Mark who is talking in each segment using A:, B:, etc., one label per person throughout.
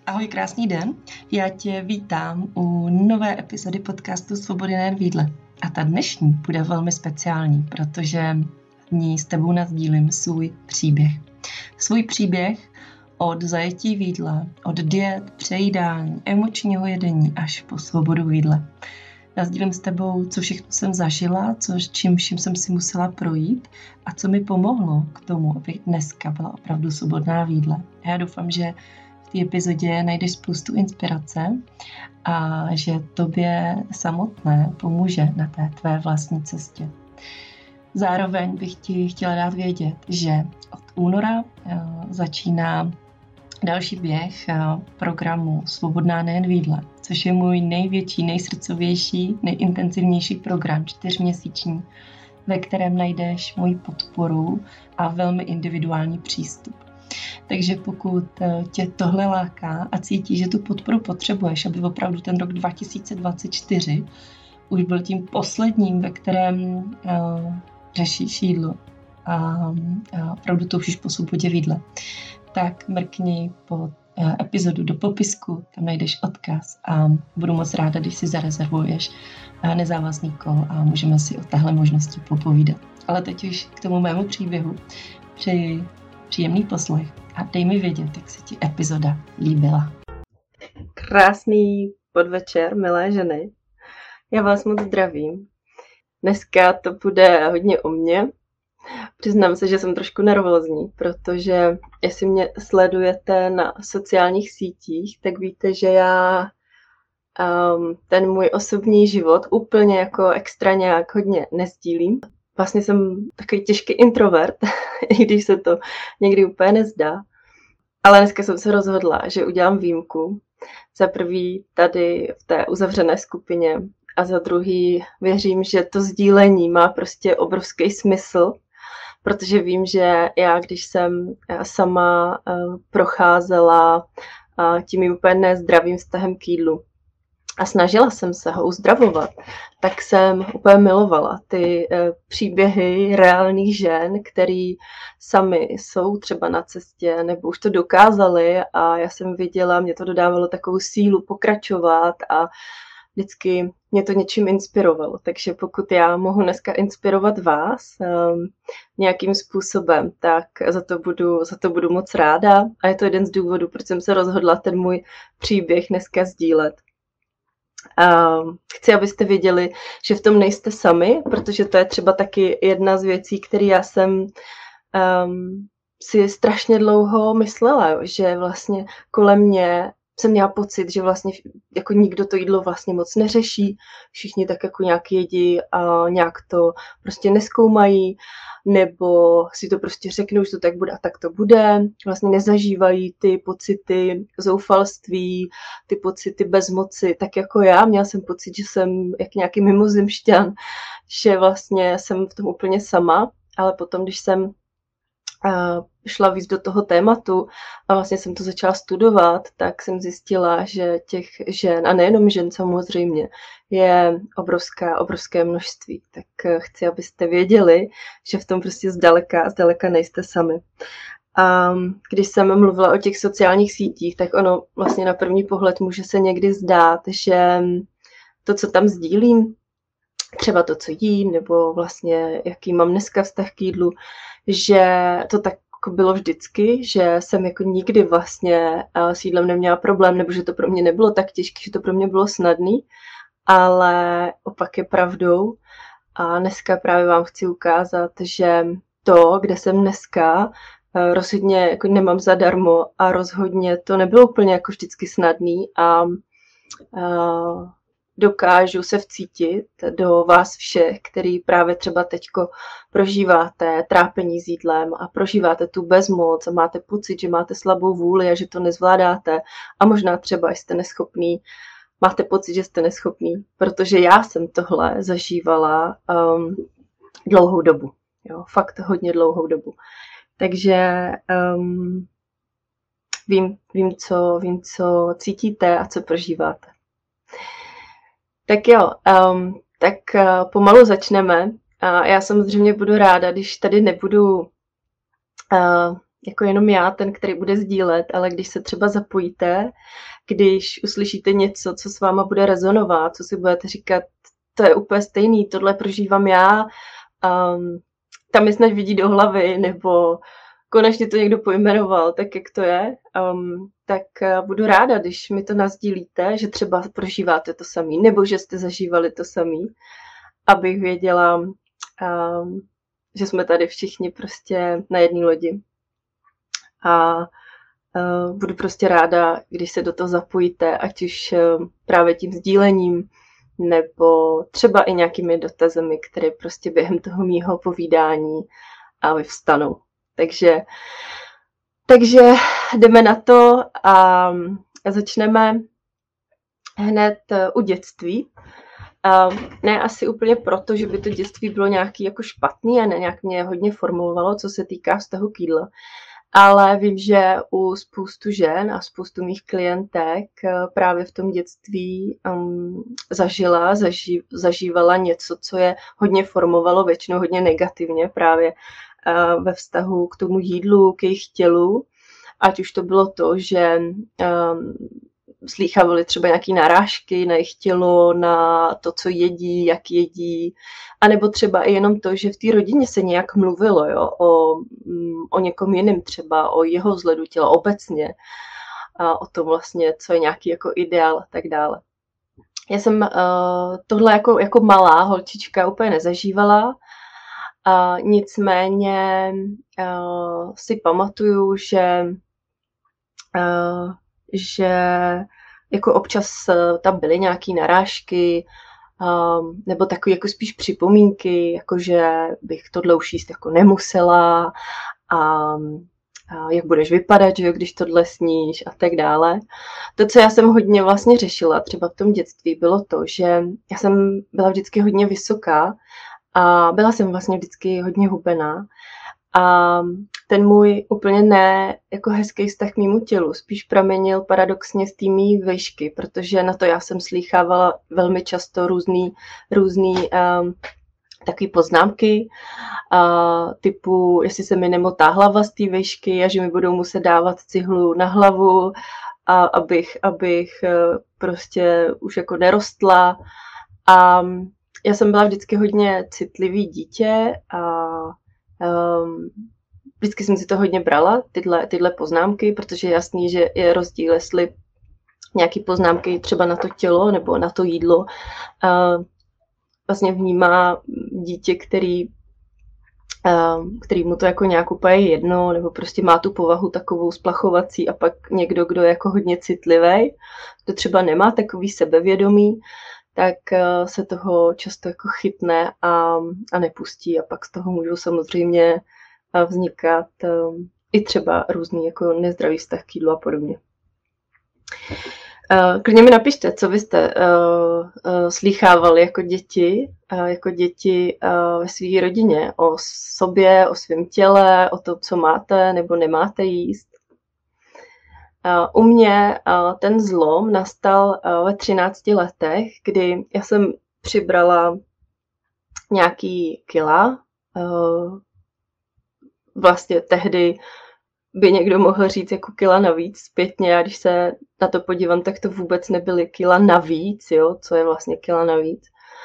A: Ahoj, krásný den. Já tě vítám u nové epizody podcastu Svobody nejen v jídle. A ta dnešní bude velmi speciální, protože v ní s tebou nasdílím svůj příběh. Svůj příběh od zajetí v jídle, od diet, přejídání, emočního jedení až po svobodu v jídle. Nasdílím s tebou, co všechno jsem zažila, čím vším jsem si musela projít a co mi pomohlo k tomu, abych dneska byla opravdu svobodná v jídle. Já doufám, že v té epizodě najdeš spoustu inspirace a že tobě samotné pomůže na té tvé vlastní cestě. Zároveň bych ti chtěla dát vědět, že od února začíná další běh programu Svobodná nejen v jídle, což je můj největší, nejsrdcovější, nejintenzivnější program 4měsíční, ve kterém najdeš moji podporu a velmi individuální přístup. Takže pokud tě tohle láká a cítíš, že tu podporu potřebuješ, aby opravdu ten rok 2024 už byl tím posledním, ve kterém řešíš jídlo a opravdu toužíš po svobodě v jídle, tak mrkni pod epizodu do popisku, tam najdeš odkaz a budu moc ráda, když si zarezervuješ nezávazný kol a můžeme si o téhle možnosti popovídat. Ale teď už k tomu mému příběhu. Přeji příjemný poslech a dej mi vědět, jak se ti epizoda líbila.
B: Krásný podvečer, milé ženy. Já vás moc zdravím. Dneska to bude hodně o mně. Přiznám se, že jsem trošku nervózní, protože jestli mě sledujete na sociálních sítích, tak víte, že já ten můj osobní život úplně jako extra nějak hodně nesdílím. Vlastně jsem takový těžký introvert, i když se to někdy úplně nezdá. Ale dneska jsem se rozhodla, že udělám výjimku. Za prvý tady v té uzavřené skupině a za druhý věřím, že to sdílení má prostě obrovský smysl, protože vím, že já, když jsem sama procházela tím mým úplně nezdravým vztahem k jídlu a snažila jsem se ho uzdravovat, tak jsem úplně milovala ty příběhy reálných žen, který sami jsou třeba na cestě nebo už to dokázali a já jsem viděla, mě to dodávalo takovou sílu pokračovat a vždycky mě to něčím inspirovalo. Takže pokud já mohu dneska inspirovat vás nějakým způsobem, tak za to budu moc ráda a je to jeden z důvodů, proč jsem se rozhodla ten můj příběh dneska sdílet. Chci, abyste věděli, že v tom nejste sami, protože to je třeba taky jedna z věcí, které já jsem si strašně dlouho myslela, že vlastně kolem mě jsem měla pocit, že vlastně jako nikdo to jídlo vlastně moc neřeší, všichni tak jako nějak jedí a nějak to prostě nezkoumají, nebo si to prostě řeknou, že to tak bude a tak to bude. Vlastně nezažívají ty pocity zoufalství, ty pocity bezmoci, tak jako já. Měla jsem pocit, že jsem jak nějaký mimozemšťan, že vlastně jsem v tom úplně sama, ale potom, když jsem šla víc do toho tématu a vlastně jsem to začala studovat, tak jsem zjistila, že těch žen, a nejenom žen samozřejmě, je obrovské množství. Tak chci, abyste věděli, že v tom prostě zdaleka nejste sami. A když jsem mluvila o těch sociálních sítích, tak ono vlastně na první pohled může se někdy zdát, že to, co tam sdílím, třeba to, co jím, nebo vlastně jaký mám dneska vztah k jídlu, že to tak bylo vždycky, že jsem jako nikdy vlastně s jídlem neměla problém, nebo že to pro mě nebylo tak těžké, že to pro mě bylo snadné, ale opak je pravdou. A dneska právě vám chci ukázat, že to, kde jsem dneska, rozhodně jako nemám zadarmo a rozhodně to nebylo úplně jako vždycky snadný a dokážu se vcítit do vás všech, který právě třeba teďko prožíváte trápení s jídlem a prožíváte tu bezmoc a máte pocit, že máte slabou vůli a že to nezvládáte a možná třeba jste neschopný, máte pocit, že jste neschopný, protože já jsem tohle zažívala dlouhou dobu, jo, fakt hodně dlouhou dobu. Takže vím, co cítíte a co prožíváte. Tak jo, tak pomalu začneme. Já samozřejmě budu ráda, když tady nebudu jako jenom já, ten, který bude sdílet, ale když se třeba zapojíte, když uslyšíte něco, co s váma bude rezonovat, co si budete říkat, to je úplně stejný, tohle prožívám já, tam mi snad vidí do hlavy, nebo konečně to někdo pojmenoval, tak jak to je, tak budu ráda, když mi to nasdílíte, že třeba prožíváte to samý, nebo že jste zažívali to samý, abych věděla, že jsme tady všichni prostě na jedné lodi. A budu prostě ráda, když se do toho zapojíte, ať už právě tím sdílením, nebo třeba i nějakými dotazemi, které prostě během toho mýho povídání vyvstanou. Takže jdeme na to a začneme hned u dětství. Ne asi úplně proto, že by to dětství bylo nějaký jako špatný a ne nějak mě hodně formulovalo, co se týká vztahu k jídlu. Ale vím, že u spoustu žen a spoustu mých klientek právě v tom dětství zažívala něco, co je hodně formovalo, většinou hodně negativně právě ve vztahu k tomu jídlu, k jejich tělu. Ať už to bylo to, že slýchávali třeba nějaké narážky na jejich tělo, na to, co jedí, jak jedí, anebo třeba i jenom to, že v té rodině se nějak mluvilo, jo, o někom jiném třeba, o jeho vzhledu těla obecně, o tom vlastně, co je nějaký jako ideál a tak dále. Já jsem tohle jako malá holčička úplně nezažívala, nicméně si pamatuju, že jako občas tam byly nějaké narážky, nebo takové jako spíš připomínky, jako že bych tohle už jíst jako nemusela a jak budeš vypadat, že jo, když tohle sníš a tak dále. To, co já jsem hodně vlastně řešila třeba v tom dětství, bylo to, že já jsem byla vždycky hodně vysoká a byla jsem vlastně vždycky hodně hubená. A ten můj úplně ne jako hezký vztah k mému tělu spíš pramenil paradoxně z té mý výšky, protože na to já jsem slýchávala velmi často různý takové poznámky, typu, jestli se mi nemotá hlava z té výšky a že mi budou muset dávat cihlu na hlavu, abych prostě už jako nerostla. A já jsem byla vždycky hodně citlivý dítě a vždycky jsem si to hodně brala, tyhle poznámky, protože je jasný, že je rozdíl, jestli nějaké poznámky třeba na to tělo nebo na to jídlo vlastně vnímá dítě, který mu to jako nějak úplně jedno, nebo prostě má tu povahu takovou splachovací, a pak někdo, kdo je jako hodně citlivý, kdo třeba nemá takový sebevědomí, tak se toho často jako chytne a nepustí, a pak z toho můžou samozřejmě vznikat i třeba různý jako nezdravý vztah k jídlu a podobně. Klidně mi napište, co vy jste slýchávali jako děti ve své rodině, o sobě, o svém těle, o tom, co máte nebo nemáte jíst. U mě ten zlom nastal ve 13 letech, kdy já jsem přibrala nějaký kila. Vlastně tehdy by někdo mohl říct jako kila navíc zpětně. Já když se na to podívám, tak to vůbec nebyly kila navíc, jo? Co je vlastně kila navíc.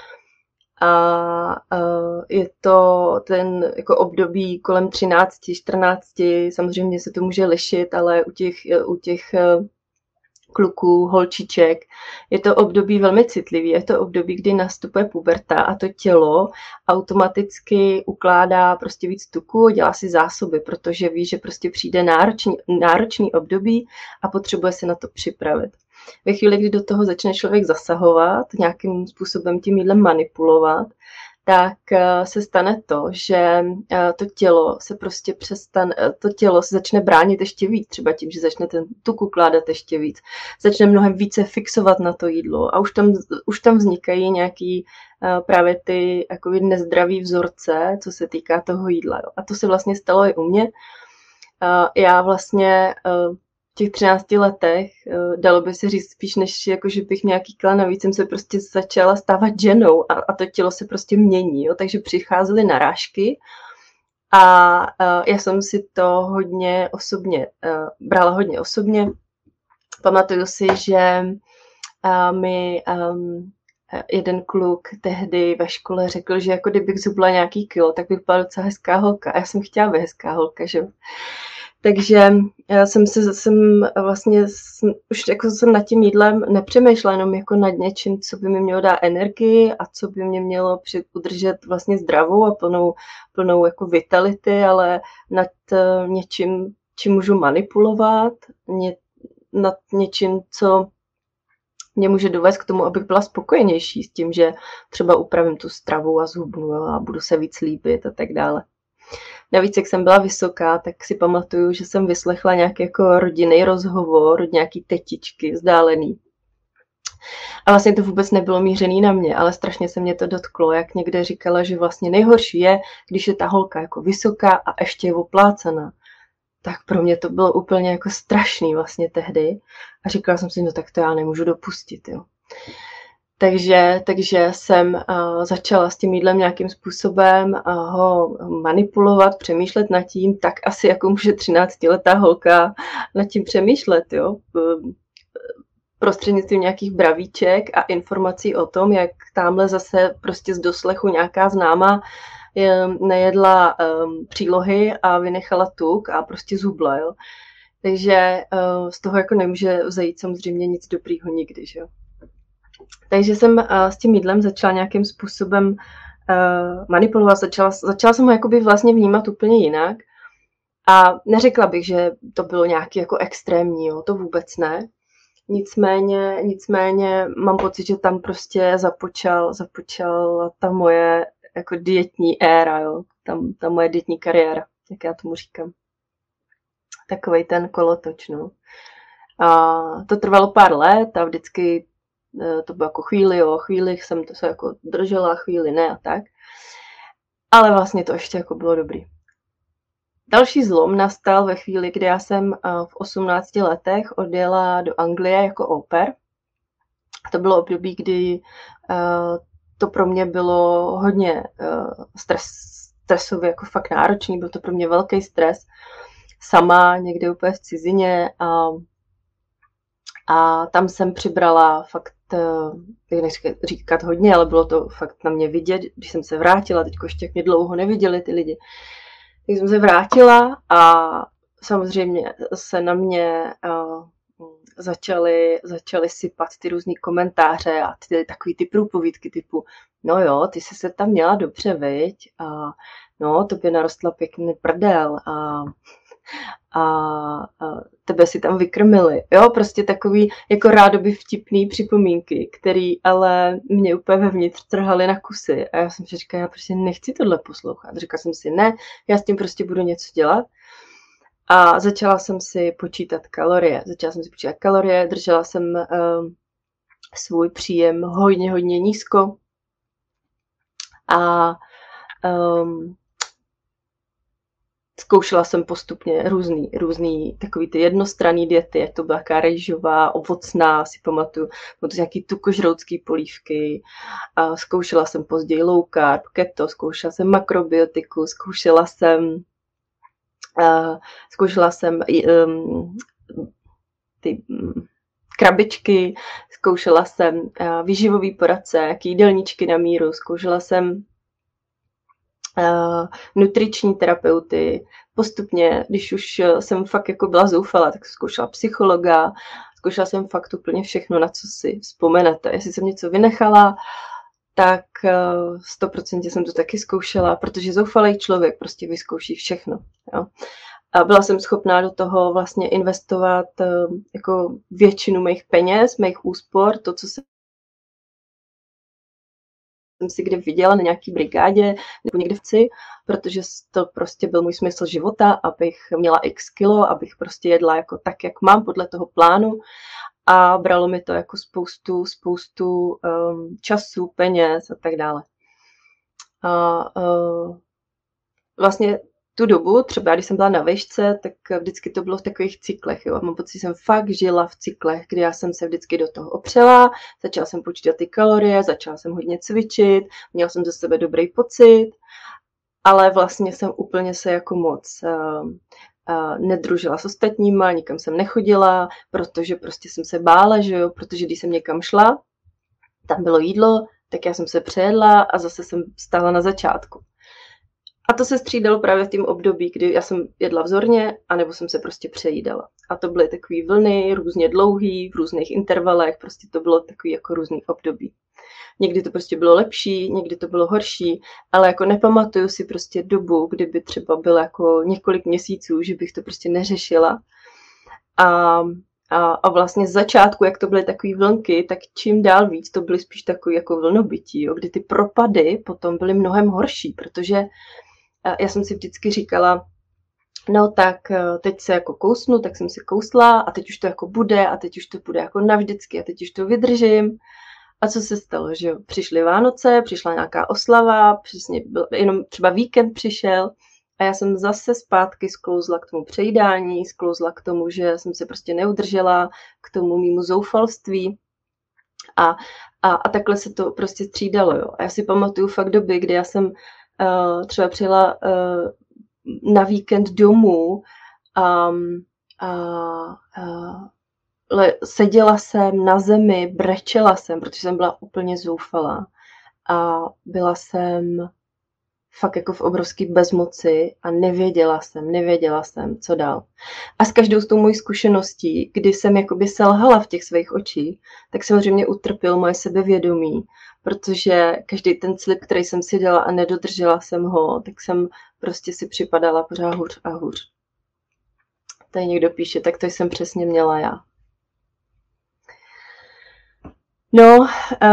B: A je to ten jako období kolem 13, 14, samozřejmě se to může lišit, ale u těch kluků, holčiček, je to období velmi citlivý, je to období, kdy nastupuje puberta a to tělo automaticky ukládá prostě víc tuku, dělá si zásoby, protože ví, že prostě přijde náročný období a potřebuje se na to připravit. Ve chvíli, kdy do toho začne člověk zasahovat, nějakým způsobem tím jídlem manipulovat, tak se stane to, že to tělo se začne bránit ještě víc, třeba tím, že začne ten tuk ukládat ještě víc, začne mnohem více fixovat na to jídlo a už tam vznikají nějaký právě ty jako nezdravý vzorce, co se týká toho jídla. Jo. A to se vlastně stalo i u mě. Já vlastně v těch 13 letech, dalo by se říct spíš, než jako, že bych nějaký kila navíc, jsem se prostě začala stávat ženou a to tělo se prostě mění. Jo? Takže přicházely narážky A já jsem si to hodně osobně, brala hodně osobně. Pamatuju si, že mi jeden kluk tehdy ve škole řekl, že jako kdybych zhubla nějaký kilo, tak bych byla docela hezká holka. A já jsem chtěla být hezká holka, že jo. Takže jsem nad tím jídlem nepřemýšlela jenom jako nad něčím, co by mi mělo dát energii a co by mě mělo udržet vlastně zdravou a plnou jako vitality, ale nad něčím, čím můžu manipulovat, nad něčím, co mě může dovést k tomu, abych byla spokojenější s tím, že třeba upravím tu stravu a zhubnu a budu se víc líbit a tak dále. Navíc, jak jsem byla vysoká, tak si pamatuju, že jsem vyslechla nějaký jako rodinný rozhovor od nějaký tetičky vzdálený. A vlastně to vůbec nebylo mířený na mě, ale strašně se mě to dotklo, jak někde říkala, že vlastně nejhorší je, když je ta holka jako vysoká a ještě je oplácaná. Tak pro mě to bylo úplně jako strašný vlastně tehdy. A říkala jsem si, no tak to já nemůžu dopustit, jo. Takže jsem začala s tím jídlem nějakým způsobem ho manipulovat, přemýšlet nad tím, tak asi jako může 13letá holka nad tím přemýšlet, jo. Prostřednictvím nějakých bravíček a informací o tom, jak tamhle zase prostě z doslechu nějaká známá nejedla přílohy a vynechala tuk a prostě zhubla, jo. Takže z toho jako nemůže vzejít samozřejmě nic dobrýho nikdy, že jo. Takže jsem s tím jídlem začala nějakým způsobem manipulovat, začala jsem ho jakoby vlastně vnímat úplně jinak a neřekla bych, že to bylo nějaký jako extrémní, jo, to vůbec ne. Nicméně mám pocit, že tam prostě započala ta moje jako dietní éra, jo, ta moje dietní kariéra, jak já tomu říkám. Takovej ten kolotoč, no. A to trvalo pár let a vždycky to bylo jako chvíli jsem to se jako držela, chvíli ne a tak. Ale vlastně to ještě jako bylo dobrý. Další zlom nastal ve chvíli, kdy já jsem v 18 letech odjela do Anglie jako au pair. To bylo období, kdy to pro mě bylo hodně stresově, jako fakt náročný, byl to pro mě velký stres. Sama někde úplně v cizině a tam jsem přibrala fakt, nechci říkat hodně, ale bylo to fakt na mě vidět, když jsem se vrátila, teďko ještě mě dlouho neviděli ty lidi. Tak jsem se vrátila a samozřejmě se na mě začaly sypat ty různý komentáře a takový ty průpovídky typu, no jo, ty jsi se tam měla dobře, viď? A no, tobě narostla pěkný prdel a tebe si tam vykrmili. Jo, prostě takový jako rádoby vtipný připomínky, který ale mě úplně vevnitř trhaly na kusy. A já jsem si říkala, já prostě nechci tohle poslouchat. Říkala jsem si, ne, já s tím prostě budu něco dělat. A začala jsem si počítat kalorie. Držela jsem svůj příjem hodně nízko. A zkoušela jsem postupně různý takový ty jednostranný diety, jak to byla jaká rejžová, ovocná, si pamatuju nějaký tukožroutský polívky. A zkoušela jsem později low carb, keto, zkoušela jsem makrobiotiku, zkoušela jsem ty krabičky, zkoušela jsem výživový poradce, jaký jídelníčky na míru, zkoušela jsem nutriční terapeuty. Postupně, když už jsem fakt jako byla zoufala, tak zkoušela psychologa, zkoušela jsem fakt úplně všechno, na co si vzpomenete. Jestli jsem něco vynechala, tak 100% jsem to taky zkoušela, protože zoufalý člověk prostě vyzkouší všechno. Jo. A byla jsem schopná do toho vlastně investovat jako většinu mých peněz, mých úspor, to, co jsem si kde viděla na nějaký brigádě nebo někde v CI, protože to prostě byl můj smysl života, abych měla x kilo, abych prostě jedla jako tak, jak mám podle toho plánu a bralo mi to jako spoustu času, peněz a tak dále. A vlastně tu dobu, třeba když jsem byla na vejšce, tak vždycky to bylo v takových cyklech. Jo. Mám pocit, že jsem fakt žila v cyklech, kdy já jsem se vždycky do toho opřela, začala jsem počítat ty kalorie, začala jsem hodně cvičit, měla jsem ze sebe dobrý pocit ale vlastně jsem úplně se jako moc nedružila s ostatníma, nikam jsem nechodila, protože prostě jsem se bála, že jo, protože když jsem někam šla, tam bylo jídlo, tak já jsem se přejedla a zase jsem stála na začátku. A to se střídalo právě v tom období, kdy já jsem jedla vzorně, anebo jsem se prostě přejídala. A to byly takové vlny, různě dlouhý, v různých intervalech, prostě to bylo takový jako různý období. Někdy to prostě bylo lepší, někdy to bylo horší, ale jako nepamatuju si prostě dobu, kdyby třeba bylo jako několik měsíců, že bych to prostě neřešila. A vlastně z začátku, jak to byly takové vlnky, tak čím dál víc to byly spíš takové jako vlnobytí, jo, kdy ty propady potom byly mnohem horší, protože já jsem si vždycky říkala, no tak teď se jako kousnu, tak jsem si kousla a teď už to jako bude a teď už to bude jako navždycky a teď už to vydržím. A co se stalo, že jo? Přišly Vánoce, přišla nějaká oslava, přesně jenom třeba víkend přišel a já jsem zase zpátky sklouzla k tomu přejídání, sklouzla k tomu, že jsem se prostě neudržela, k tomu mému zoufalství a takhle se to prostě střídalo, jo. A já si pamatuju fakt doby, kdy já jsem třeba přijela na víkend domů seděla jsem na zemi, brečela jsem, protože jsem byla úplně zoufalá a byla jsem fakt jako v obrovské bezmoci a nevěděla jsem, co dál. A s každou s tou mojí zkušeností, kdy jsem jakoby selhala v těch svých očích, tak samozřejmě utrpěl moje sebevědomí, protože každý ten slib, který jsem si dala a nedodržela jsem ho, tak jsem prostě si připadala pořád hůř a hůř. Tady někdo píše, tak to jsem přesně měla já. No,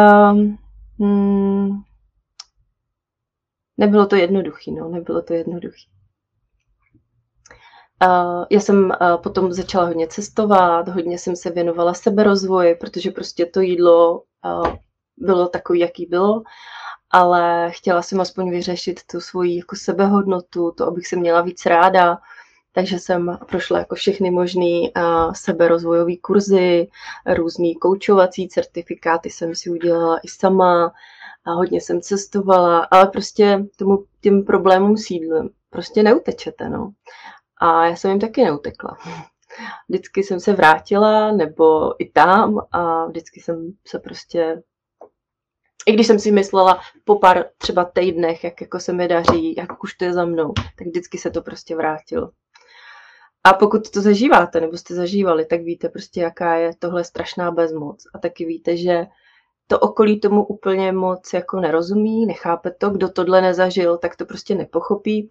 B: nebylo to jednoduchý, Já jsem potom začala hodně cestovat, hodně jsem se věnovala seberozvoji, protože prostě to jídlo bylo takový, jaký bylo, ale chtěla jsem aspoň vyřešit tu svoji jako sebehodnotu, to, abych se měla víc ráda, takže jsem prošla jako všechny možný seberozvojové kurzy, různý koučovací certifikáty jsem si udělala i sama a hodně jsem cestovala, ale prostě těm problémům s jídlem prostě neutečete, no. A já jsem jim taky neutekla. Vždycky jsem se vrátila, nebo i tam a vždycky jsem se prostě, i když jsem si myslela po pár třeba týdnech, jak jako se mi daří, jak už to je za mnou, tak vždycky se to prostě vrátilo. A pokud to zažíváte, nebo jste zažívali, tak víte prostě, jaká je tohle strašná bezmoc. A taky víte, že to okolí tomu úplně moc jako nerozumí, nechápe to. Kdo tohle nezažil, tak to prostě nepochopí.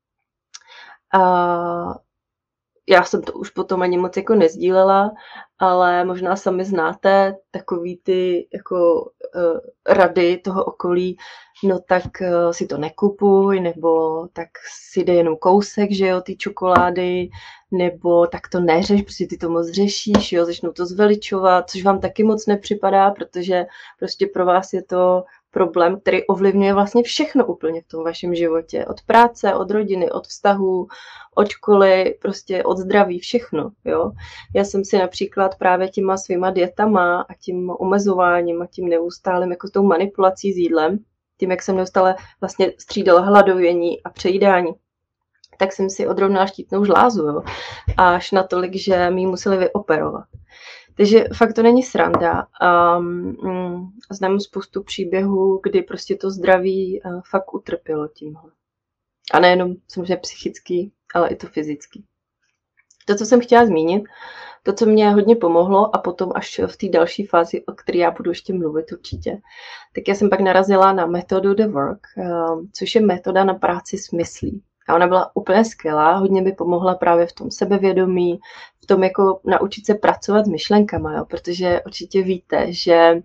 B: A já jsem to už potom ani moc jako nezdílela, ale možná sami znáte takový ty jako rady toho okolí, no tak si to nekupuj, nebo tak si dej jenom kousek, že jo, ty čokolády, nebo tak to neřeš, protože ty to moc řešíš, jo, začnou to zveličovat, což vám taky moc nepřipadá, protože prostě pro vás je to problém, který ovlivňuje vlastně všechno úplně v tom vašem životě. Od práce, od rodiny, od vztahů, od školy, prostě od zdraví, všechno. Jo? Já jsem si například právě těma svýma dietama a tím omezováním a tím neustálým jako tou manipulací s jídlem, tím, jak jsem neustále vlastně střídala hladovění a přejídání, tak jsem si odrovnala štítnou žlázu. Jo? Až natolik, že mi ji museli vyoperovat. Takže fakt to není sranda. Znám spoustu příběhů, kdy prostě to zdraví fakt utrpělo tímhle. A nejenom samozřejmě psychický, ale i to fyzický. To, co jsem chtěla zmínit, to, co mě hodně pomohlo a potom až v té další fázi, o které já budu ještě mluvit určitě, tak já jsem pak narazila na metodu The Work, což je metoda na práci s myslí. A ona byla úplně skvělá, hodně mi pomohla právě v tom sebevědomí, v tom jako naučit se pracovat s myšlenkama, jo? Protože určitě víte, že,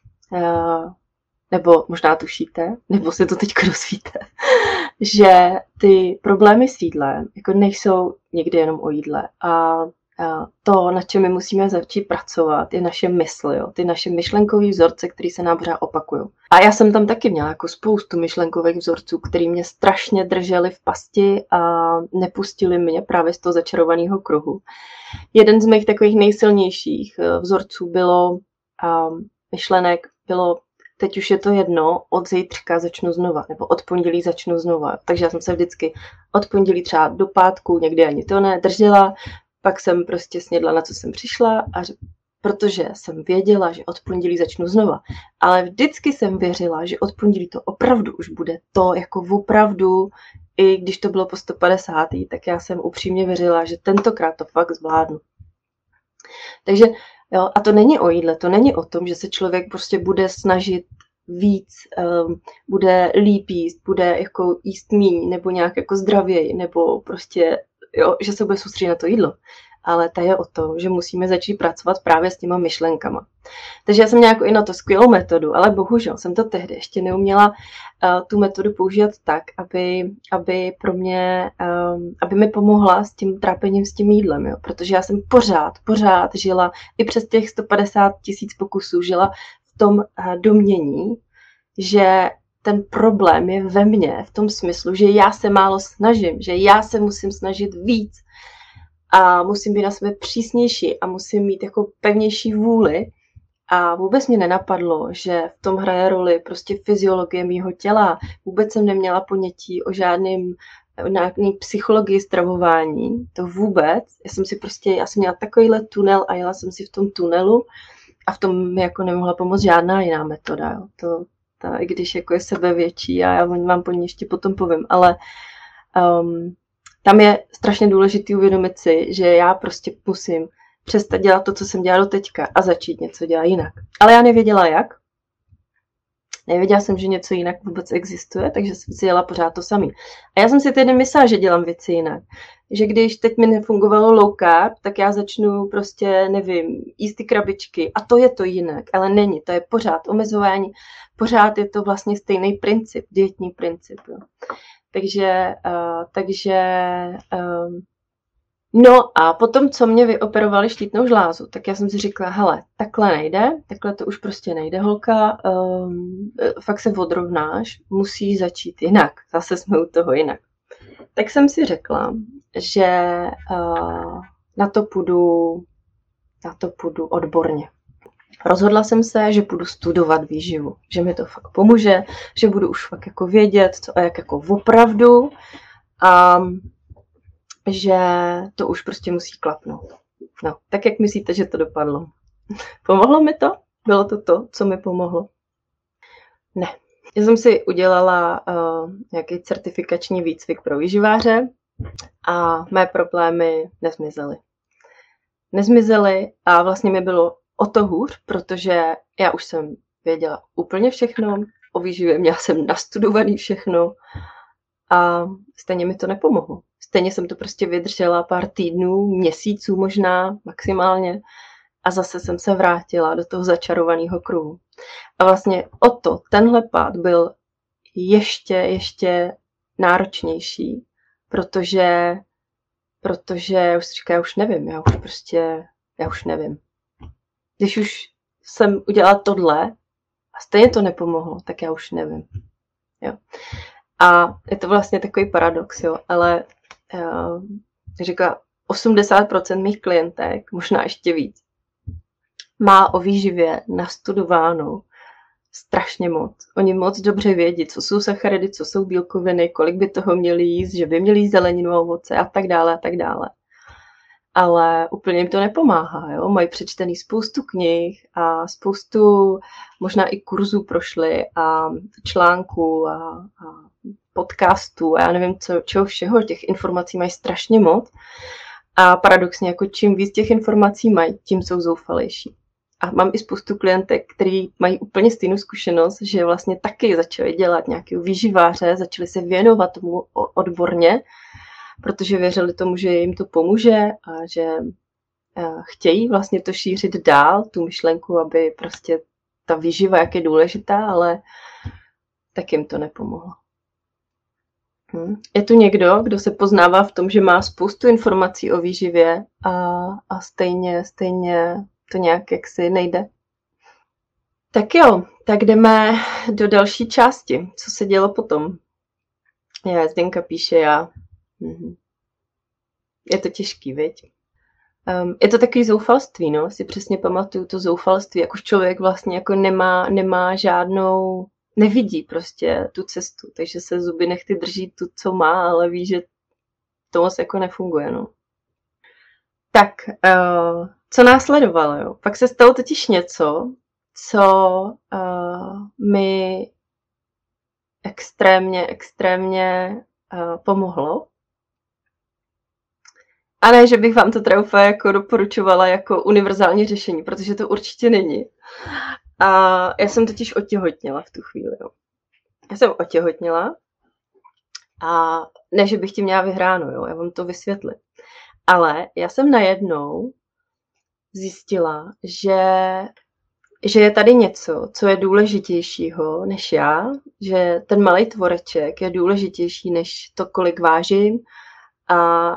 B: nebo možná tušíte, nebo se to teď dozvíte, že ty problémy s jídlem jako nejsou někdy jenom o jídle a to, na čem my musíme začít pracovat, je naše mysl, jo? Ty naše myšlenkové vzorce, které se nám pořád opakují. A já jsem tam taky měla jako spoustu myšlenkových vzorců, které mě strašně držely v pasti a nepustili mě právě z toho začarovaného kruhu. Jeden z mých takových nejsilnějších vzorců bylo myšlenek, bylo teď už je to jedno, od zítřka začnu znova, nebo od pondělí začnu znova. Takže já jsem se vždycky od pondělí třeba do pátku, někdy ani to ne, držela, pak jsem prostě snědla, na co jsem přišla, protože jsem věděla, že od pondělí začnu znova. Ale vždycky jsem věřila, že od pondělí to opravdu už bude to, jako opravdu, i když to bylo po 150. tak já jsem upřímně věřila, že tentokrát to fakt zvládnu. Takže jo, a to není o jídle, to není o tom, že se člověk prostě bude snažit víc, bude líp jíst, bude jako jíst míň, nebo nějak jako zdravěji, nebo prostě, jo, že se bude soustředit na to jídlo. Ale ta je o tom, že musíme začít pracovat právě s těma myšlenkama. Takže já jsem měla jako i na to skvělou metodu, ale bohužel jsem to tehdy ještě neuměla tu metodu používat tak, aby pro mě, aby mi pomohla s tím trápením s tím jídlem, jo? Protože já jsem pořád žila, i přes těch 150 000 pokusů, žila v tom domnění, že ten problém je ve mně, v tom smyslu, že já se málo snažím, že já se musím snažit víc, a musím být na sebe přísnější a musím mít jako pevnější vůli. A vůbec mě nenapadlo, že v tom hraje roli prostě fyziologie mýho těla. Vůbec jsem neměla ponětí o žádným nějaký psychologii stravování. To vůbec. Já jsem měla takovýhle tunel a jela jsem si v tom tunelu a v tom mi jako nemohla pomoct žádná jiná metoda. Jo. I když jako je sebevětší a já vám po ní ještě potom povím, ale tam je strašně důležité uvědomit si, že já prostě musím přestat dělat to, co jsem dělala doteďka a začít něco dělat jinak. Ale já nevěděla jak. Nevěděla jsem, že něco jinak vůbec existuje, takže jsem si dělala pořád to samé. A já jsem si tedy myslela, že dělám věci jinak. Že když teď mi nefungovalo low carb, tak já začnu prostě, nevím, jíst ty krabičky a to je to jinak. Ale není, to je pořád omezování, pořád je to vlastně stejný princip, dietní princip. Jo. No a potom, co mě vyoperovali štítnou žlázu, tak já jsem si říkala, hele, takhle nejde, takhle to už prostě nejde, holka, fakt se odrovnáš, musí začít jinak, zase jsme u toho jinak. Tak jsem si řekla, že na to půjdu odborně. Rozhodla jsem se, že budu studovat výživu, že mi to fakt pomůže, že budu už fakt jako vědět, co a jak jako opravdu a že to už prostě musí klapnout. No, tak jak myslíte, že to dopadlo? Pomohlo mi to? Bylo to, co mi pomohlo? Ne. Já jsem si udělala nějaký certifikační výcvik pro výživáře a mé problémy nezmizely. Nezmizely a vlastně mi bylo o to hůř, protože já už jsem věděla úplně všechno, o výživě měla jsem nastudovaný všechno a stejně mi to nepomohlo. Stejně jsem to prostě vydržela pár týdnů, měsíců možná, maximálně a zase jsem se vrátila do toho začarovaného kruhu. A vlastně tenhle pád byl ještě náročnější, protože už si říkám, já už nevím. Když už jsem udělala tohle a stejně to nepomohlo, tak já už nevím. Jo. A je to vlastně takový paradox, jo, ale říkala, 80% mých klientek, možná ještě víc, má o výživě nastudováno strašně moc. Oni moc dobře vědí, co jsou sacharidy, co jsou bílkoviny, kolik by toho měli jíst, že by měli jíst zeleninu a ovoce a tak dále a tak dále. Ale úplně jim to nepomáhá. Jo? Mají přečtený spoustu knih a spoustu možná i kurzů prošli a článků a podcastů a já nevím, čeho všeho. Těch informací mají strašně moc. A paradoxně, jako čím víc těch informací mají, tím jsou zoufalejší. A mám i spoustu klientek, kteří mají úplně stejnou zkušenost, že vlastně taky začali dělat nějakého výživáře, začali se věnovat tomu odborně, protože věřili tomu, že jim to pomůže a že chtějí vlastně to šířit dál, tu myšlenku, aby prostě ta výživa, jak je důležitá, ale tak jim to nepomohlo. Je tu někdo, kdo se poznává v tom, že má spoustu informací o výživě a stejně to nějak jaksi nejde? Tak jo, tak jdeme do další části. Co se dělo potom? Zdenka píše, je to těžký, viď? Je to takový zoufalství, no, si přesně pamatuju to zoufalství, jak už člověk vlastně jako nemá žádnou, nevidí prostě tu cestu, takže se zuby nechty drží tu, co má, ale ví, že to moc jako nefunguje, no. Tak, co následovalo, jo? Pak se stalo totiž něco, co mi extrémně pomohlo. A ne, že bych vám to teda úplně jako doporučovala jako univerzální řešení, protože to určitě není. A já jsem totiž otěhotněla v tu chvíli. Jo. Já jsem otěhotněla a ne, že bych tím měla vyhráno, jo, já vám to vysvětlím. Ale já jsem najednou zjistila, že je tady něco, co je důležitějšího než já, že ten malej tvoreček je důležitější než to, kolik vážím a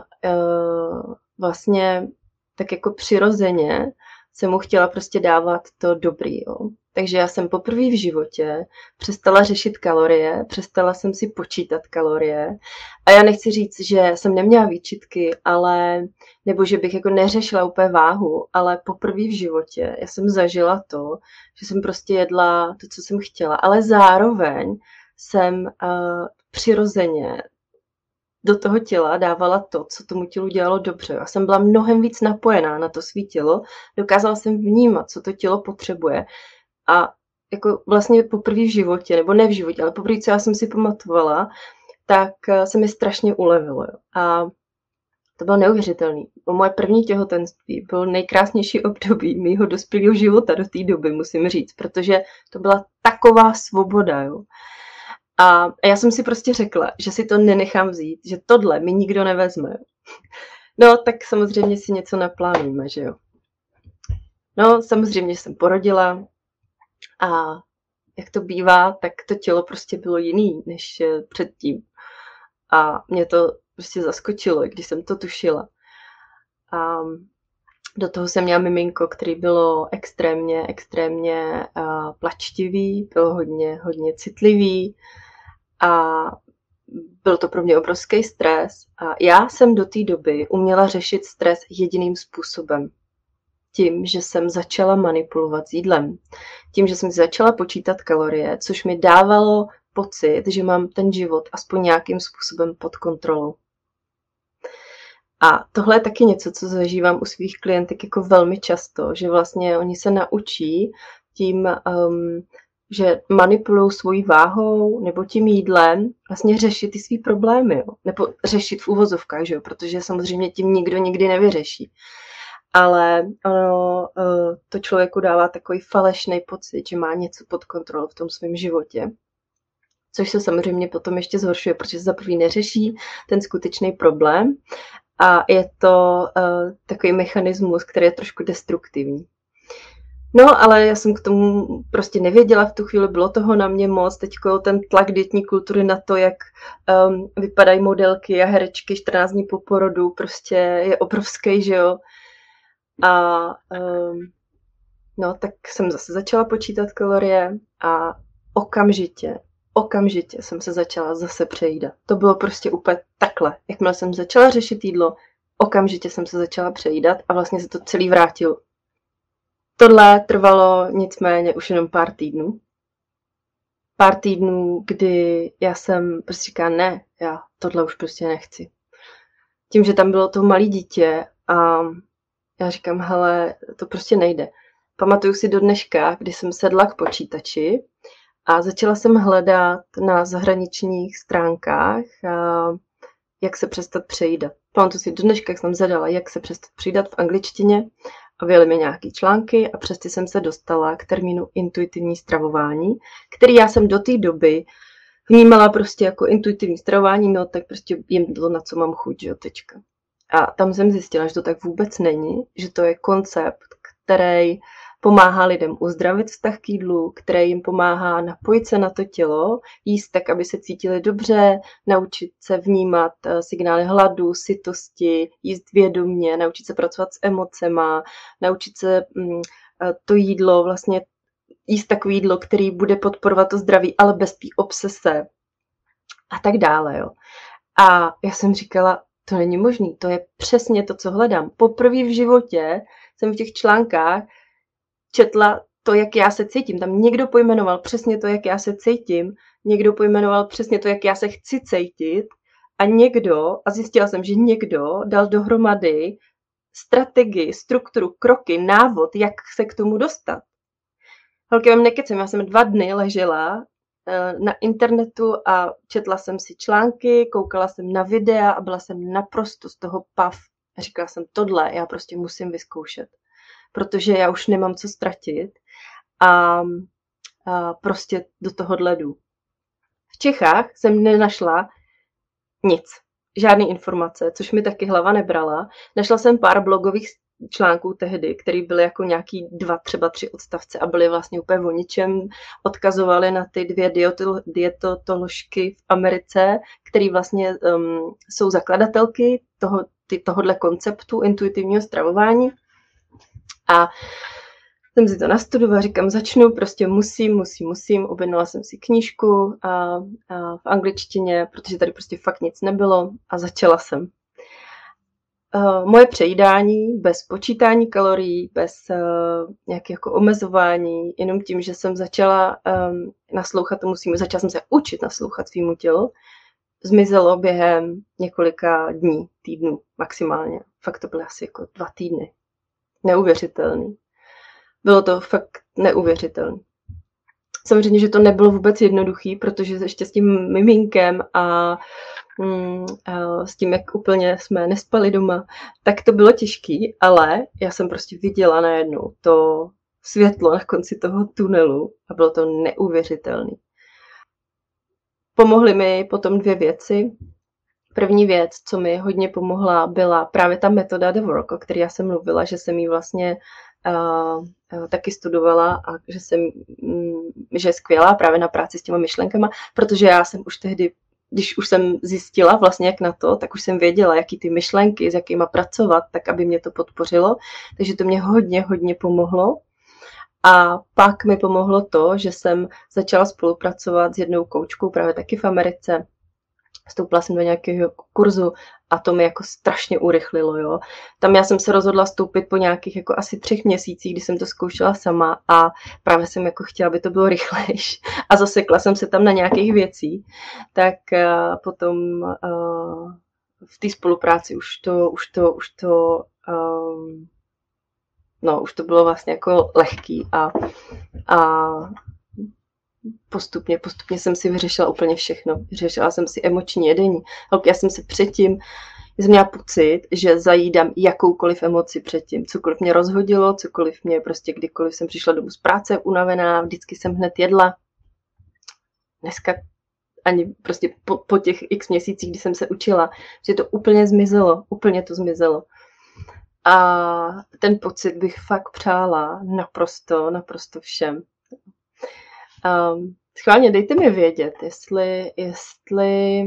B: vlastně tak jako přirozeně jsem mu chtěla prostě dávat to dobrý, jo. Takže já jsem poprvé v životě přestala řešit kalorie, přestala jsem si počítat kalorie a já nechci říct, že jsem neměla výčitky, ale nebo že bych jako neřešila úplně váhu, ale poprvé v životě já jsem zažila to, že jsem prostě jedla to, co jsem chtěla, ale zároveň jsem přirozeně do toho těla dávala to, co tomu tělu dělalo dobře. Já jsem byla mnohem víc napojená na to svý tělo, dokázala jsem vnímat, co to tělo potřebuje a jako vlastně poprvé v životě, nebo ne v životě, ale poprvé, co já jsem si pamatovala, tak se mi strašně ulevilo. Jo. A to bylo neuvěřitelné. Moje první těhotenství bylo nejkrásnější období mýho dospělého života do té doby, musím říct, protože to byla taková svoboda. Jo. A já jsem si prostě řekla, že si to nenechám vzít, že tohle mi nikdo nevezme. No, tak samozřejmě si něco naplánujeme, že jo. No, samozřejmě jsem porodila a jak to bývá, tak to tělo prostě bylo jiný než předtím. A mě to prostě zaskočilo, když jsem to tušila. A do toho jsem měla miminko, který bylo extrémně plačtivý, bylo hodně citlivý a byl to pro mě obrovský stres. A já jsem do té doby uměla řešit stres jediným způsobem. Tím, že jsem začala manipulovat s jídlem. Tím, že jsem začala počítat kalorie, což mi dávalo pocit, že mám ten život aspoň nějakým způsobem pod kontrolou. A tohle je taky něco, co zažívám u svých klientek jako velmi často, že vlastně oni se naučí tím, že manipulují svojí váhou nebo tím jídlem vlastně řešit ty svý problémy. Jo? Nebo řešit v uvozovkách, že jo? Protože samozřejmě tím nikdo nikdy nevyřeší. Ale ono to člověku dává takový falešný pocit, že má něco pod kontrolou v tom svém životě. Což se samozřejmě potom ještě zhoršuje, protože se za první neřeší ten skutečný problém a je to takový mechanismus, který je trošku destruktivní. No, ale já jsem k tomu prostě nevěděla v tu chvíli, bylo toho na mě moc. Teďko ten tlak dietní kultury na to, jak vypadají modelky a herečky 14 dní po porodu, prostě je obrovský, že jo. A no, tak jsem zase začala počítat kalorie a okamžitě jsem se začala zase přejídat. To bylo prostě úplně takhle. Jakmile jsem začala řešit jídlo, okamžitě jsem se začala přejídat a vlastně se to celý vrátilo. Tohle trvalo nicméně už jenom pár týdnů. Pár týdnů, kdy já jsem prostě říkala, ne, já tohle už prostě nechci. Tím, že tam bylo to malé dítě a já říkám, hele, to prostě nejde. Pamatuju si do dneška, kdy jsem sedla k počítači a začala jsem hledat na zahraničních stránkách, jak se přestat přejídat. Pamatuju si do dneška, jak jsem zadala, jak se přestat přejídat v angličtině a vyjeli mi nějaký články a přesně jsem se dostala k termínu intuitivní stravování, který já jsem do té doby vnímala prostě jako intuitivní stravování, no tak prostě jim to, na co mám chuť, že jo, tečka. A tam jsem zjistila, že to tak vůbec není, že to je koncept, který pomáhá lidem uzdravit vztah k jídlu, který jim pomáhá napojit se na to tělo, jíst tak, aby se cítili dobře, naučit se vnímat signály hladu, sytosti, jíst vědomě, naučit se pracovat s emocema, naučit se to jídlo, vlastně jíst takové jídlo, který bude podporovat to zdraví, ale bez té obsese a tak dále. Jo. A já jsem říkala, to není možný, to je přesně to, co hledám. Poprvé v životě jsem v těch článkách četla to, jak já se cítím. Tam někdo pojmenoval přesně to, jak já se cítím, někdo pojmenoval přesně to, jak já se chci cítit a zjistila jsem, že někdo dal dohromady strategii, strukturu, kroky, návod, jak se k tomu dostat. Holky, vám nekecem, já jsem 2 dny ležela na internetu a četla jsem si články, koukala jsem na videa a byla jsem naprosto z toho pav. A říkala jsem, tohle já prostě musím vyzkoušet, protože já už nemám co ztratit a prostě do tohohle jdu. V Čechách jsem nenašla nic, žádný informace, což mi taky hlava nebrala. Našla jsem pár blogových článků tehdy, které byly jako nějaký 2, třeba 3 odstavce a byly vlastně úplně o ničem. Odkazovaly na ty 2 dietoložky v Americe, které vlastně jsou zakladatelky tohohle konceptu intuitivního stravování. A jsem si to nastudovala, říkám, začnu, prostě musím. Objednala jsem si knížku v angličtině, protože tady prostě fakt nic nebylo a začala jsem. Moje přejídání bez počítání kalorií, bez nějakého jako omezování, jenom tím, že jsem začala naslouchat začala jsem se učit naslouchat svýmu tělu, zmizelo během několika dní, týdnů maximálně. Fakt to byly asi jako 2 týdny. Neuvěřitelný. Bylo to fakt neuvěřitelné. Samozřejmě, že to nebylo vůbec jednoduchý, protože ještě s tím miminkem a s tím, jak úplně jsme nespali doma, tak to bylo těžký, ale já jsem prostě viděla najednou to světlo na konci toho tunelu a bylo to neuvěřitelné. Pomohly mi potom 2 věci. První věc, co mi hodně pomohla, byla právě ta metoda The Work, o které já jsem mluvila, že jsem ji vlastně taky studovala a že je skvělá právě na práci s těma myšlenkama, protože já jsem už tehdy, když už jsem zjistila vlastně jak na to, tak už jsem věděla, jaký ty myšlenky, s jakýma pracovat, tak aby mě to podpořilo. Takže to mě hodně pomohlo. A pak mi pomohlo to, že jsem začala spolupracovat s jednou koučkou právě taky v Americe. Vstoupila jsem do nějakého kurzu a to mi jako strašně urychlilo, jo. Tam já jsem se rozhodla vstoupit po nějakých jako asi 3 měsících, kdy jsem to zkoušela sama a právě jsem jako chtěla, aby to bylo rychlejš a zasekla jsem se tam na nějakých věcí, tak potom v té spolupráci už to bylo vlastně jako lehký a postupně jsem si vyřešila úplně všechno. Vyřešila jsem si emoční jedení. Já jsem měla pocit, že zajídám jakoukoliv emoci předtím. Cokoliv mě rozhodilo, cokoliv mě prostě kdykoliv jsem přišla domů z práce unavená, vždycky jsem hned jedla. Dneska ani prostě po těch x měsících, kdy jsem se učila, že to úplně to zmizelo. A ten pocit bych fakt přála naprosto všem. Schválně dejte mi vědět, jestli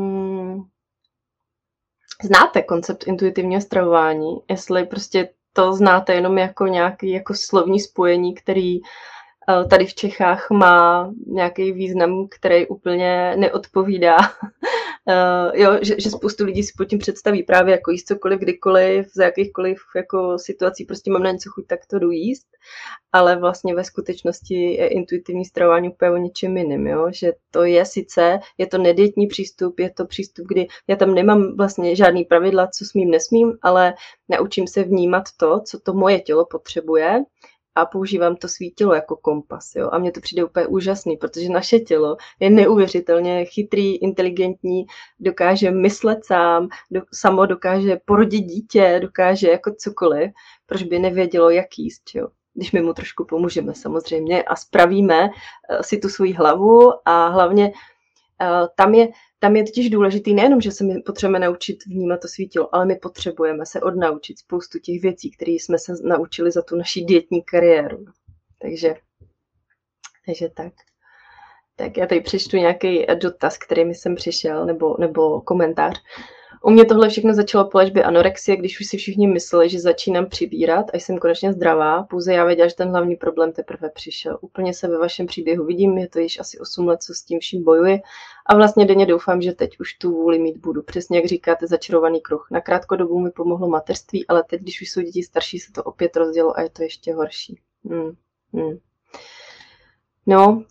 B: znáte koncept intuitivního stravování, jestli prostě to znáte jenom jako nějaký jako slovní spojení, který tady v Čechách má nějaký význam, který úplně neodpovídá. Že spoustu lidí si pod tím představí právě jako jíst cokoliv, kdykoliv, za jakýchkoliv jako situací prostě mám na něco chuť, tak to jdu jíst. Ale vlastně ve skutečnosti je intuitivní stravování úplně o něčem jiným, jo? Že to je to nedietní přístup, je to přístup, kdy já tam nemám vlastně žádný pravidla, co smím, nesmím, ale naučím se vnímat to, co to moje tělo potřebuje a používám to svý tělo jako kompas. Jo? A mně to přijde úplně úžasný, protože naše tělo je neuvěřitelně chytrý, inteligentní, dokáže myslet samo dokáže porodit dítě, dokáže jako cokoliv, proč by nevědělo, jak jíst, jo? Když my mu trošku pomůžeme samozřejmě a spravíme si tu svoji hlavu a hlavně tam je totiž důležitý nejenom, že se my potřebujeme naučit vnímat to svý tělo, ale my potřebujeme se odnaučit spoustu těch věcí, které jsme se naučili za tu naši dietní kariéru. Takže tak. Tak já tady přečtu nějaký dotaz, který mi sem přišel, nebo komentář U mě tohle všechno začalo po léčbě anorexie, když už si všichni mysleli, že začínám přibírat a jsem konečně zdravá. Pouze já věděla, že ten hlavní problém teprve přišel. Úplně se ve vašem příběhu vidím, je to již asi 8 let, co s tím vším bojuji. A vlastně denně doufám, že teď už tu vůli mít budu. Přesně jak říkáte, začarovaný kruh. Na krátkou dobu mi pomohlo mateřství, ale teď, když už jsou děti starší, se to opět rozdělo a je to ještě horší. No,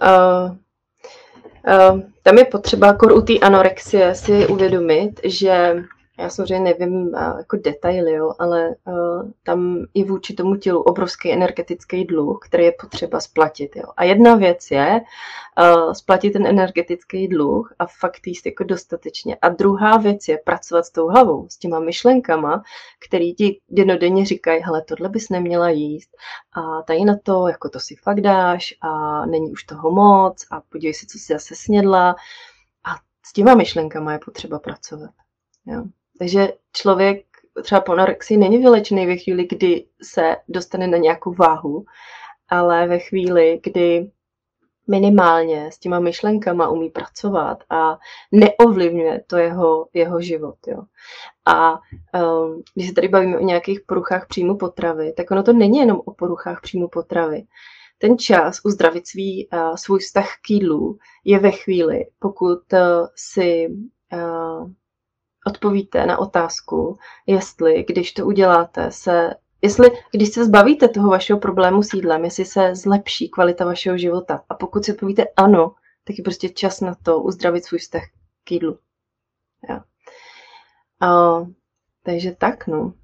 B: tam je potřeba u té anorexie si uvědomit, že já samozřejmě nevím jako detaily, jo, ale tam je vůči tomu tělu obrovský energetický dluh, který je potřeba splatit. Jo. A jedna věc je splatit ten energetický dluh a fakt jíst jako dostatečně. A druhá věc je pracovat s tou hlavou, s těma myšlenkama, který ti dennodenně říkají, hele, tohle bys neměla jíst a tady na to, jako to si fakt dáš a není už toho moc a podívej si, co si zase snědla. A s těma myšlenkama je potřeba pracovat. Jo. Takže člověk třeba po anorexii není vylečený ve chvíli, kdy se dostane na nějakou váhu, ale ve chvíli, kdy minimálně s těma myšlenkama umí pracovat a neovlivňuje to jeho život. Jo. A když se tady bavíme o nějakých poruchách příjmu potravy, tak ono to není jenom o poruchách příjmu potravy. Ten čas uzdravit svůj vztah k jídlu je ve chvíli, pokud si odpovíte na otázku, jestli, když to uděláte, když se zbavíte toho vašeho problému s jídlem, jestli se zlepší kvalita vašeho života. A pokud si odpovíte ano, tak je prostě čas na to uzdravit svůj vztah k jídlu. Jo. Takže tak, no.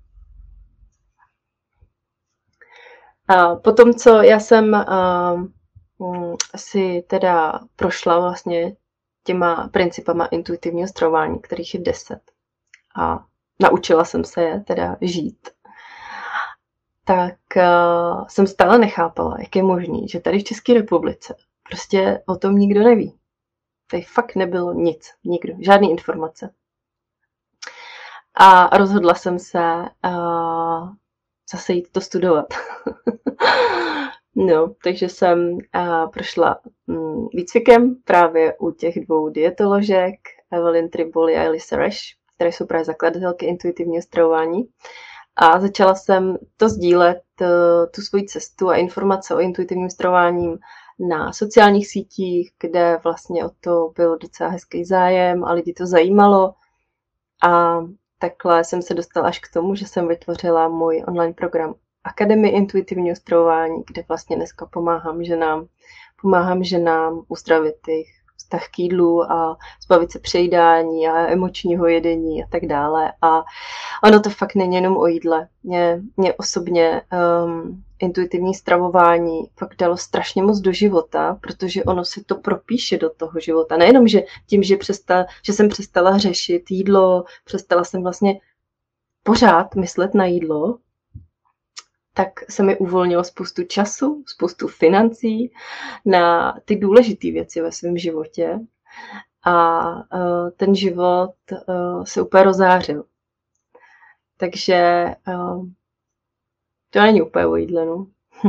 B: Potom, co já jsem si teda prošla vlastně těma principama intuitivního stravování, kterých je 10. A naučila jsem se je teda žít. Tak jsem stále nechápala, jak je možný, že tady v České republice prostě o tom nikdo neví. Tady fakt nebylo nic, nikdo, žádné informace. A rozhodla jsem se zase jít to studovat. No, takže jsem prošla výcvikem právě u těch 2 dietoložek, Evelyn Tribole a Elisa Resch, které jsou právě zakladatelky intuitivního stravování. A začala jsem to sdílet, tu svoji cestu a informace o intuitivním stravování na sociálních sítích, kde vlastně o to byl docela hezký zájem a lidi to zajímalo. A takhle jsem se dostala až k tomu, že jsem vytvořila můj online program Akademie intuitivního stravování, kde vlastně dneska pomáhám ženám uzdravit jejich vztah k jídlu a zbavit se přejídání a emočního jedení a tak dále. A ono to fakt není jenom o jídle. Mě osobně intuitivní stravování fakt dalo strašně moc do života, protože ono si to propíše do toho života. Nejenom, že tím, že jsem přestala řešit jídlo, přestala jsem vlastně pořád myslet na jídlo, tak se mi uvolnilo spoustu času, spoustu financí na ty důležité věci ve svém životě a ten život se úplně rozářil. Takže to není úplně o jídle, no.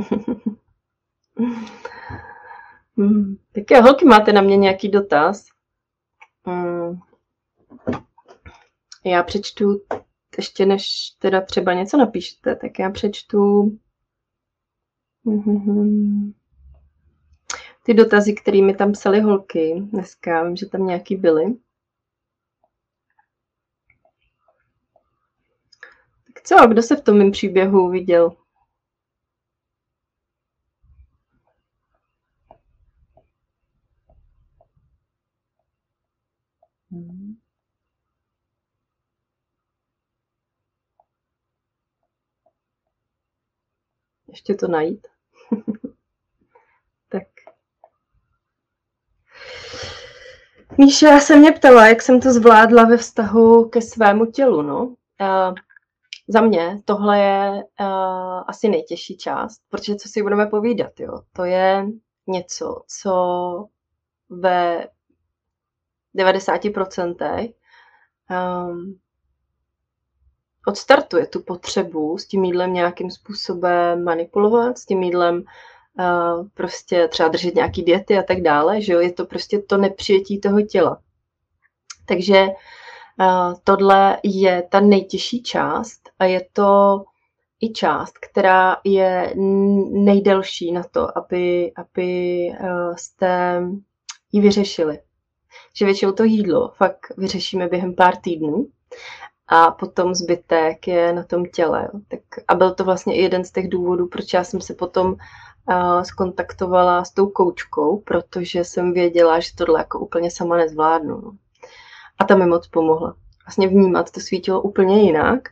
B: Tak jo, holky, máte na mě nějaký dotaz? Já přečtu, ještě než teda třeba něco napíšete, tak já přečtu ty dotazy, kterými tam psaly holky dneska. Vím, že tam nějaký byly. Tak co, kdo se v tom mém příběhu viděl? Ještě to najít. Tak. Míša se mě ptala, jak jsem to zvládla ve vztahu ke svému tělu. No. Za mě tohle je asi nejtěžší část, protože co si budeme povídat, jo? To je něco, co ve 90% odstartuje tu potřebu s tím jídlem nějakým způsobem manipulovat, s tím jídlem prostě třeba držet nějaký diety a tak dále, že jo, je to prostě to nepřijetí toho těla. Takže Tohle je ta nejtěžší část a je to i část, která je nejdelší na to, aby jste ji vyřešili. Že většinou to jídlo fakt vyřešíme během pár týdnů a potom zbytek je na tom těle. Tak, a byl to vlastně i jeden z těch důvodů, proč já jsem se potom skontaktovala s tou koučkou, protože jsem věděla, že tohle jako úplně sama nezvládnu. No. A ta mi moc pomohla. Vlastně vnímat to svý tělo úplně jinak.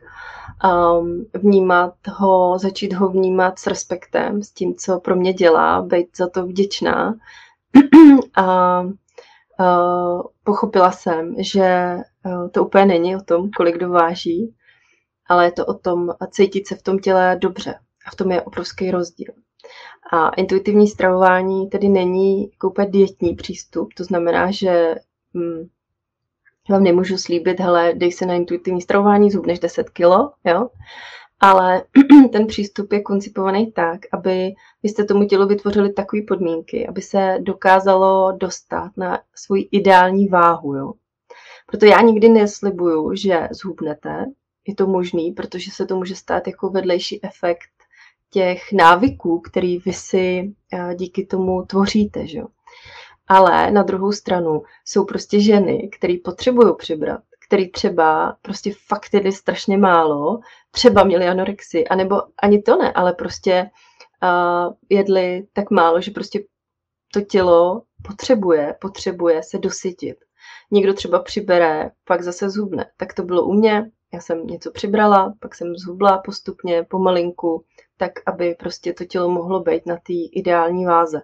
B: Začít ho vnímat s respektem, s tím, co pro mě dělá, být za to vděčná. A pochopila jsem, že to úplně není o tom, kolik kdo váží, ale je to o tom cítit se v tom těle dobře. A v tom je obrovský rozdíl. A intuitivní stravování tedy není jako úplně dietní přístup, to znamená, že vám nemůžu slíbit, hele, dej se na intuitivní stravování, zhubneš 10 kilo, jo? Ale ten přístup je koncipovaný tak, aby byste tomu tělu vytvořili takové podmínky, aby se dokázalo dostat na svou ideální váhu, jo? Proto já nikdy neslibuju, že zhubnete, je to možný, protože se to může stát jako vedlejší efekt těch návyků, který vy si díky tomu tvoříte, že jo? Ale na druhou stranu jsou prostě ženy, které potřebují přibrat, který třeba prostě fakt jedli strašně málo, třeba měli anorexii, anebo ani to ne, ale prostě jedli tak málo, že prostě to tělo potřebuje se dosytit. Někdo třeba přibere, pak zase zhubne. Tak to bylo u mě, já jsem něco přibrala, pak jsem zhubla postupně, pomalinku, tak aby prostě to tělo mohlo být na té ideální váze.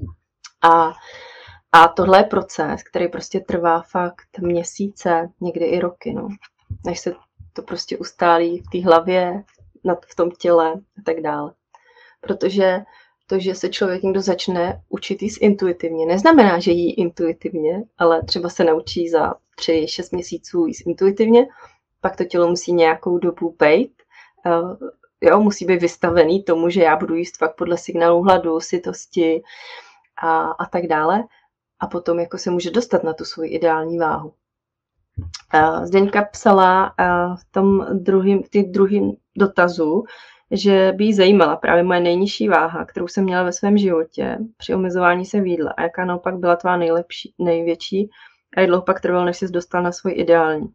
B: A tohle je proces, který prostě trvá fakt měsíce, někdy i roky, no. Než se to prostě ustálí v té hlavě, v tom těle a tak dále. Protože to, že se člověk někdo začne učit jíst intuitivně, neznamená, že jí intuitivně, ale třeba se naučí za 3-6 měsíců jíst intuitivně, pak to tělo musí nějakou dobu bejt, musí být vystavený tomu, že já budu jíst fakt podle signálu hladu, sytosti a tak dále. A potom jako se může dostat na tu svoji ideální váhu. Zdeňka psala v tom druhém dotazu, že by jí zajímala právě moje nejnižší váha, kterou jsem měla ve svém životě při omezování se v jídle a jaká naopak byla tvá největší a jak dlouho pak trvalo, než jsi dostal na svůj ideální.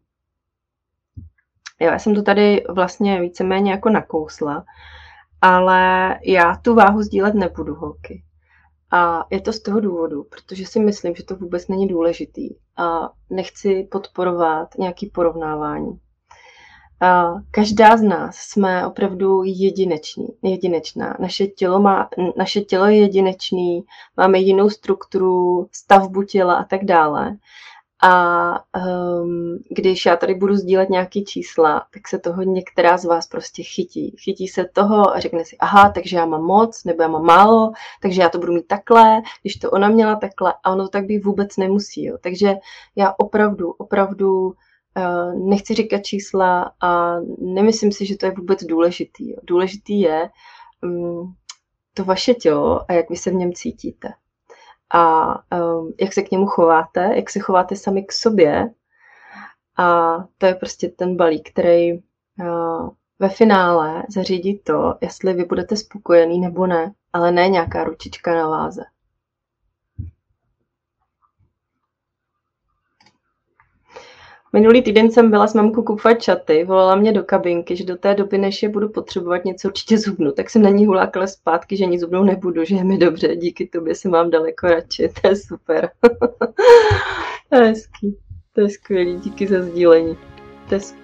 B: Já jsem to tady vlastně víceméně jako nakousla, ale já tu váhu sdílet nebudu, holky. A je to z toho důvodu, protože si myslím, že to vůbec není důležitý a nechci podporovat nějaké porovnávání. Každá z nás jsme opravdu jedinečná. Naše tělo je jedinečný, máme jinou strukturu, stavbu těla a tak dále. A když já tady budu sdílet nějaký čísla, tak se toho některá z vás prostě chytí. Chytí se toho a řekne si, aha, takže já mám moc, nebo já mám málo, takže já to budu mít takhle, když to ona měla takhle, a ono to tak být vůbec nemusí. Jo. Takže já opravdu nechci říkat čísla a nemyslím si, že to je vůbec důležitý. Jo. Důležitý je to vaše tělo a jak vy se v něm cítíte. A jak se k němu chováte, jak se chováte sami k sobě. A to je prostě ten balík, který ve finále zařídí to, jestli vy budete spokojený nebo ne, ale ne nějaká ručička na váze. Minulý týden jsem byla s mamkou kupovat čaty, volala mě do kabinky, že do té doby, než je budu potřebovat něco, určitě zhubnu. Tak jsem na ní hulákala zpátky, že nic zhubnout nebudu, že je mi dobře, díky tobě se mám daleko radši, to je super. To je hezký, to je skvělý, díky za sdílení, to je super.